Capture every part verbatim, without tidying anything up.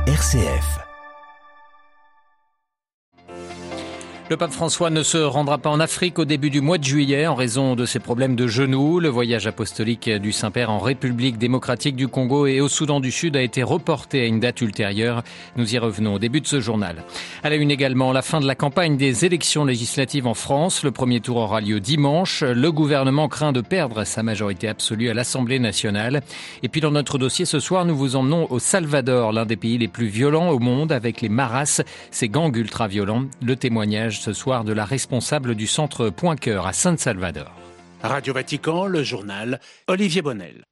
R C F. Le pape François ne se rendra pas en Afrique au début du mois de juillet en raison de ses problèmes de genoux. Le voyage apostolique du Saint-Père en République démocratique du Congo et au Soudan du Sud a été reporté à une date ultérieure. Nous y revenons au début de ce journal. À la une également, la fin de la campagne des élections législatives en France. Le premier tour aura lieu dimanche. Le gouvernement craint de perdre sa majorité absolue à l'Assemblée nationale. Et puis dans notre dossier ce soir, nous vous emmenons au Salvador, l'un des pays les plus violents au monde avec les Maras, ces gangs ultra-violents. Le témoignage ce soir de la responsable du centre Point Cœur à San Salvador. Radio Vatican, le journal, Olivier Bonnel.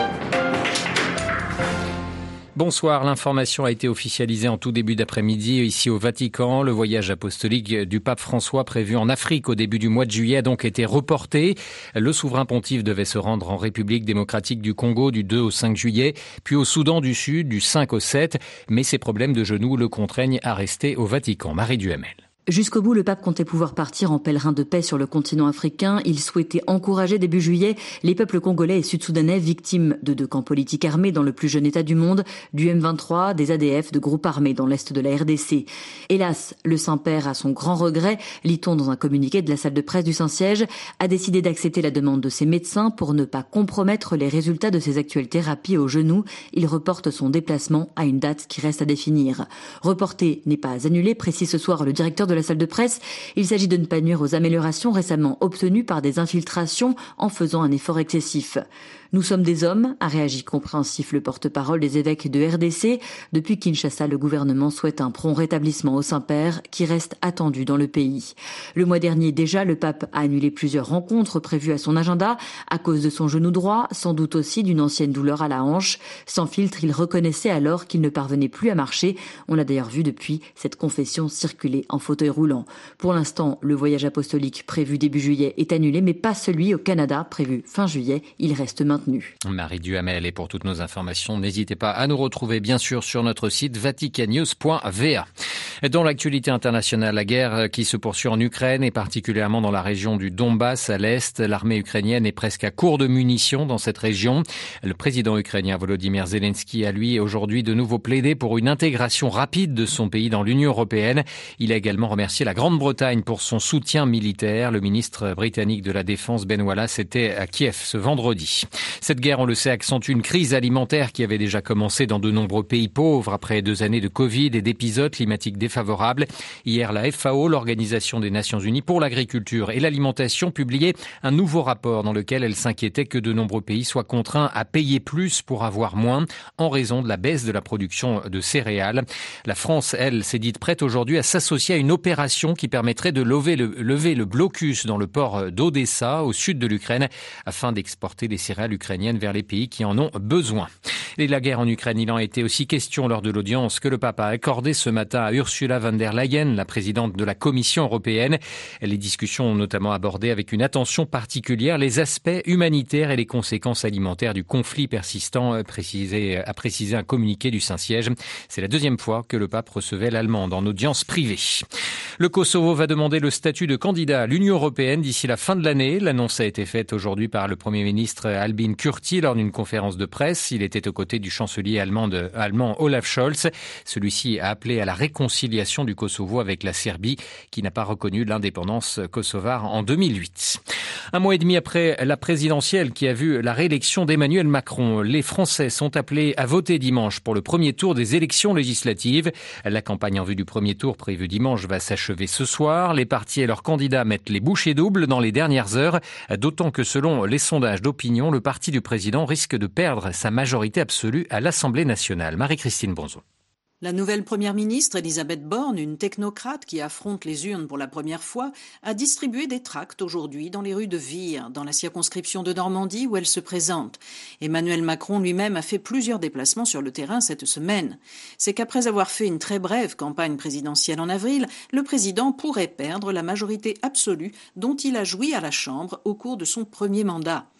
Bonsoir, l'information a été officialisée en tout début d'après-midi ici au Vatican. Le voyage apostolique du pape François prévu en Afrique au début du mois de juillet a donc été reporté. Le souverain pontife devait se rendre en République démocratique du Congo du deux au cinq juillet, puis au Soudan du Sud du cinq au sept, mais ses problèmes de genoux le contraignent à rester au Vatican. Marie Duhamel. Jusqu'au bout, le pape comptait pouvoir partir en pèlerin de paix sur le continent africain. Il souhaitait encourager début juillet les peuples congolais et sud-soudanais victimes de deux camps politiques armés dans le plus jeune État du monde, du M vingt-trois, des A D F, de groupes armés dans l'Est de la R D C. Hélas, le Saint-Père, à son grand regret, lit-on dans un communiqué de la salle de presse du Saint-Siège, a décidé d'accepter la demande de ses médecins pour ne pas compromettre les résultats de ses actuelles thérapies au genou. Il reporte son déplacement à une date qui reste à définir. Reporter n'est pas annulé, précise ce soir le directeur de la salle de presse. Il s'agit de ne pas nuire aux améliorations récemment obtenues par des infiltrations en faisant un effort excessif. Nous sommes des hommes, a réagi compréhensif le porte-parole des évêques de R D C. Depuis Kinshasa, le gouvernement souhaite un prompt rétablissement au Saint-Père qui reste attendu dans le pays. Le mois dernier déjà, le pape a annulé plusieurs rencontres prévues à son agenda à cause de son genou droit, sans doute aussi d'une ancienne douleur à la hanche. Sans filtre, il reconnaissait alors qu'il ne parvenait plus à marcher. On l'a d'ailleurs vu depuis cette confession circuler en fauteuil roulant. Pour l'instant, le voyage apostolique prévu début juillet est annulé, mais pas celui au Canada prévu fin juillet. Il reste maintenu. Marie Duhamel, et pour toutes nos informations, n'hésitez pas à nous retrouver bien sûr sur notre site vaticannews point v a. Dans l'actualité internationale, la guerre qui se poursuit en Ukraine et particulièrement dans la région du Donbass à l'est, l'armée ukrainienne est presque à court de munitions dans cette région. Le président ukrainien Volodymyr Zelensky a lui aujourd'hui de nouveau plaidé pour une intégration rapide de son pays dans l'Union européenne. Il a également remercié la Grande-Bretagne pour son soutien militaire. Le ministre britannique de la Défense Ben Wallace était à Kiev ce vendredi. Cette guerre, on le sait, accentue une crise alimentaire qui avait déjà commencé dans de nombreux pays pauvres après deux années de Covid et d'épisodes climatiques défavorables. Hier, la F A O, l'Organisation des Nations Unies pour l'agriculture et l'alimentation, publiait un nouveau rapport dans lequel elle s'inquiétait que de nombreux pays soient contraints à payer plus pour avoir moins en raison de la baisse de la production de céréales. La France, elle, s'est dite prête aujourd'hui à s'associer à une opération qui permettrait de lever le, lever le blocus dans le port d'Odessa, au sud de l'Ukraine, afin d'exporter les céréales ukrainiennes vers les pays qui en ont besoin. Et la guerre en Ukraine, il en a été aussi question lors de l'audience que le pape a accordée ce matin à Ursula von der Leyen, la présidente de la Commission européenne. Les discussions ont notamment abordé avec une attention particulière les aspects humanitaires et les conséquences alimentaires du conflit persistant, précisé, a précisé un communiqué du Saint-Siège. C'est la deuxième fois que le pape recevait l'Allemande en audience privée. Le Kosovo va demander le statut de candidat à l'Union européenne d'ici la fin de l'année. L'annonce a été faite aujourd'hui par le Premier ministre Albin Kurti lors d'une conférence de presse. Il était aux côtés du chancelier allemand, de, allemand Olaf Scholz. Celui-ci a appelé à la réconciliation du Kosovo avec la Serbie, qui n'a pas reconnu l'indépendance kosovare en deux mille huit. Un mois et demi après la présidentielle qui a vu la réélection d'Emmanuel Macron, les Français sont appelés à voter dimanche pour le premier tour des élections législatives. La campagne en vue du premier tour prévu dimanche va s'achever ce soir. Les partis et leurs candidats mettent les bouchées doubles dans les dernières heures, d'autant que selon les sondages d'opinion, le parti du président risque de perdre sa majorité absolue à l'Assemblée nationale. Marie-Christine Bonzo. La nouvelle première ministre, Elisabeth Borne, une technocrate qui affronte les urnes pour la première fois, a distribué des tracts aujourd'hui dans les rues de Vire, dans la circonscription de Normandie où elle se présente. Emmanuel Macron lui-même a fait plusieurs déplacements sur le terrain cette semaine. C'est qu'après avoir fait une très brève campagne présidentielle en avril, le président pourrait perdre la majorité absolue dont il a joui à la Chambre au cours de son premier mandat.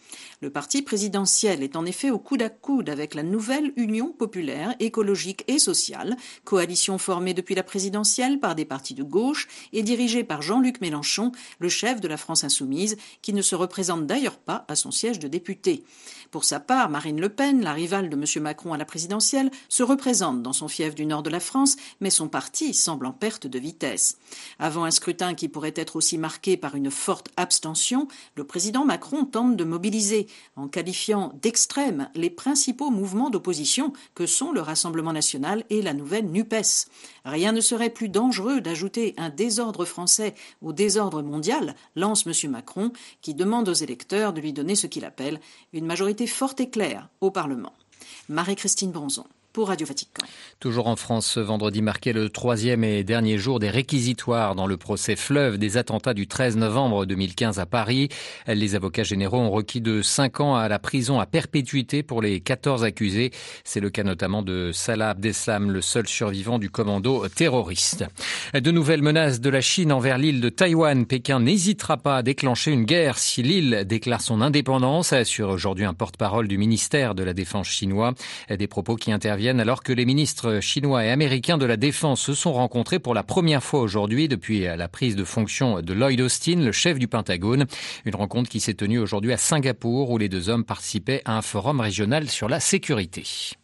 Le parti présidentiel est en effet au coude à coude avec la nouvelle Union populaire, écologique et sociale, coalition formée depuis la présidentielle par des partis de gauche et dirigée par Jean-Luc Mélenchon, le chef de la France insoumise, qui ne se représente d'ailleurs pas à son siège de député. Pour sa part, Marine Le Pen, la rivale de M. Macron à la présidentielle, se représente dans son fief du nord de la France, mais son parti semble en perte de vitesse. Avant un scrutin qui pourrait être aussi marqué par une forte abstention, le président Macron tente de mobiliser, en qualifiant d'extrêmes les principaux mouvements d'opposition que sont le Rassemblement national et la nouvelle NUPES. Rien ne serait plus dangereux d'ajouter un désordre français au désordre mondial, lance M. Macron, qui demande aux électeurs de lui donner ce qu'il appelle une majorité forte et claire au Parlement. Marie-Christine Bronzon. Pour Radio Vatican. Toujours en France, ce vendredi marquait le troisième et dernier jour des réquisitoires dans le procès fleuve des attentats du treize novembre deux mille quinze à Paris. Les avocats généraux ont requis de cinq ans à la prison à perpétuité pour les quatorze accusés. C'est le cas notamment de Salah Abdeslam, le seul survivant du commando terroriste. De nouvelles menaces de la Chine envers l'île de Taïwan. Pékin n'hésitera pas à déclencher une guerre si l'île déclare son indépendance, assure aujourd'hui un porte-parole du ministère de la Défense chinois. Des propos qui interviennent alors que les ministres chinois et américains de la Défense se sont rencontrés pour la première fois aujourd'hui depuis la prise de fonction de Lloyd Austin, le chef du Pentagone. Une rencontre qui s'est tenue aujourd'hui à Singapour où les deux hommes participaient à un forum régional sur la sécurité.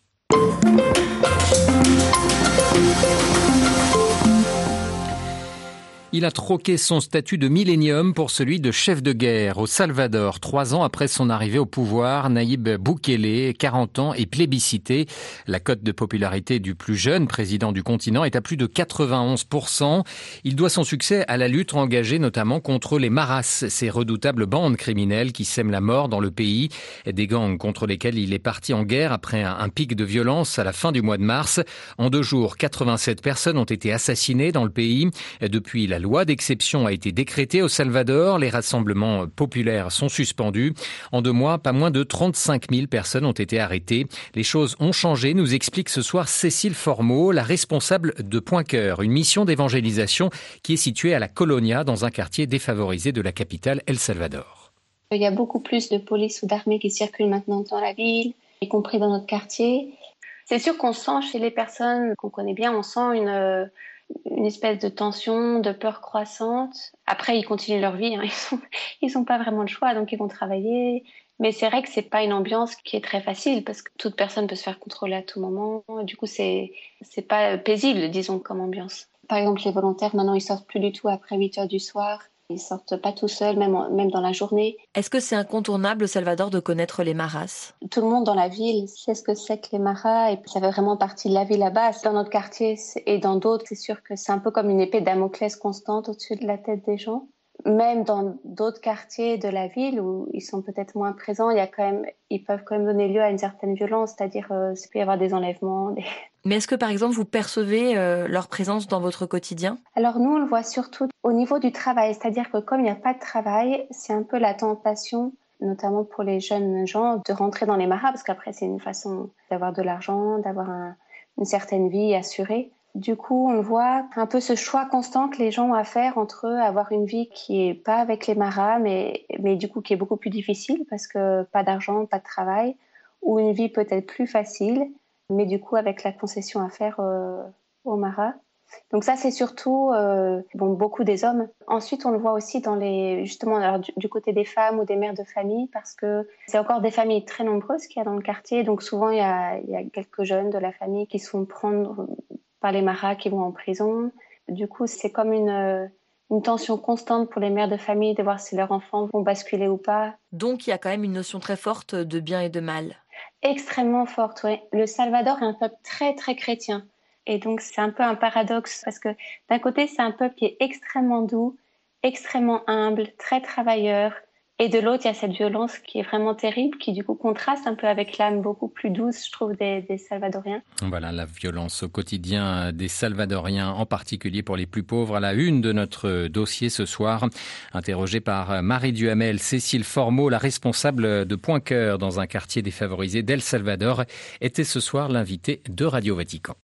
Il a troqué son statut de millénium pour celui de chef de guerre au Salvador. Trois ans après son arrivée au pouvoir, Nayib Bukele, quarante ans, est plébiscité. La cote de popularité du plus jeune président du continent est à plus de quatre-vingt-onze pour cent. Il doit son succès à la lutte engagée notamment contre les Maras, ces redoutables bandes criminelles qui sèment la mort dans le pays. Des gangs contre lesquels il est parti en guerre après un pic de violence à la fin du mois de mars. En deux jours, quatre-vingt-sept personnes ont été assassinées dans le pays. Depuis la La loi d'exception a été décrétée au Salvador. Les rassemblements populaires sont suspendus. En deux mois, pas moins de trente-cinq mille personnes ont été arrêtées. Les choses ont changé, nous explique ce soir Cécile Formeau, la responsable de Point Cœur, une mission d'évangélisation qui est située à la Colonia, dans un quartier défavorisé de la capitale El Salvador. Il y a beaucoup plus de police ou d'armée qui circulent maintenant dans la ville, y compris dans notre quartier. C'est sûr qu'on sent chez les personnes qu'on connaît bien, on sent une... une espèce de tension, de peur croissante. Après, ils continuent leur vie, hein. Ils sont, ils ont pas vraiment le choix, donc ils vont travailler. Mais c'est vrai que c'est pas une ambiance qui est très facile parce que toute personne peut se faire contrôler à tout moment. Du coup, c'est, c'est pas paisible, disons, comme ambiance. Par exemple, les volontaires, maintenant, ils sortent plus du tout après huit heures du soir. Ils sortent pas tout seuls, même, en, même dans la journée. Est-ce que c'est incontournable au Salvador de connaître les Maras ? Tout le monde dans la ville sait ce que c'est que les Maras et ça fait vraiment partie de la vie là-bas. Dans notre quartier et dans d'autres, c'est sûr que c'est un peu comme une épée de Damoclès constante au-dessus de la tête des gens. Même dans d'autres quartiers de la ville où ils sont peut-être moins présents, il y a quand même, ils peuvent quand même donner lieu à une certaine violence, c'est-à-dire euh, il peut y avoir des enlèvements. Des... Mais est-ce que par exemple vous percevez euh, leur présence dans votre quotidien ? Alors nous on le voit surtout au niveau du travail, c'est-à-dire que comme il n'y a pas de travail, c'est un peu la tentation, notamment pour les jeunes gens, de rentrer dans les Maras parce qu'après c'est une façon d'avoir de l'argent, d'avoir un, une certaine vie assurée. Du coup, on voit un peu ce choix constant que les gens ont à faire entre avoir une vie qui est pas avec les Maras, mais, mais du coup qui est beaucoup plus difficile parce que pas d'argent, pas de travail, ou une vie peut-être plus facile, mais du coup avec la concession à faire euh, aux Maras. Donc ça, c'est surtout euh, bon, beaucoup des hommes. Ensuite, on le voit aussi dans les, justement alors, du, du côté des femmes ou des mères de famille, parce que c'est encore des familles très nombreuses qu'il y a dans le quartier. Donc souvent, il y a, il y a quelques jeunes de la famille qui se font prendre par les Maras qui vont en prison. Du coup, c'est comme une, une tension constante pour les mères de famille de voir si leurs enfants vont basculer ou pas. Donc, il y a quand même une notion très forte de bien et de mal. Extrêmement forte, oui. Le Salvador est un peuple très, très chrétien. Et donc, c'est un peu un paradoxe parce que d'un côté, c'est un peuple qui est extrêmement doux, extrêmement humble, très travailleur. Et de l'autre, il y a cette violence qui est vraiment terrible, qui du coup contraste un peu avec l'âme beaucoup plus douce, je trouve, des, des Salvadoriens. Voilà, la violence au quotidien des Salvadoriens, en particulier pour les plus pauvres, à la une de notre dossier ce soir. Interrogée par Marie Duhamel, Cécile Formeau, la responsable de Point Cœur dans un quartier défavorisé d'El Salvador, était ce soir l'invitée de Radio Vatican.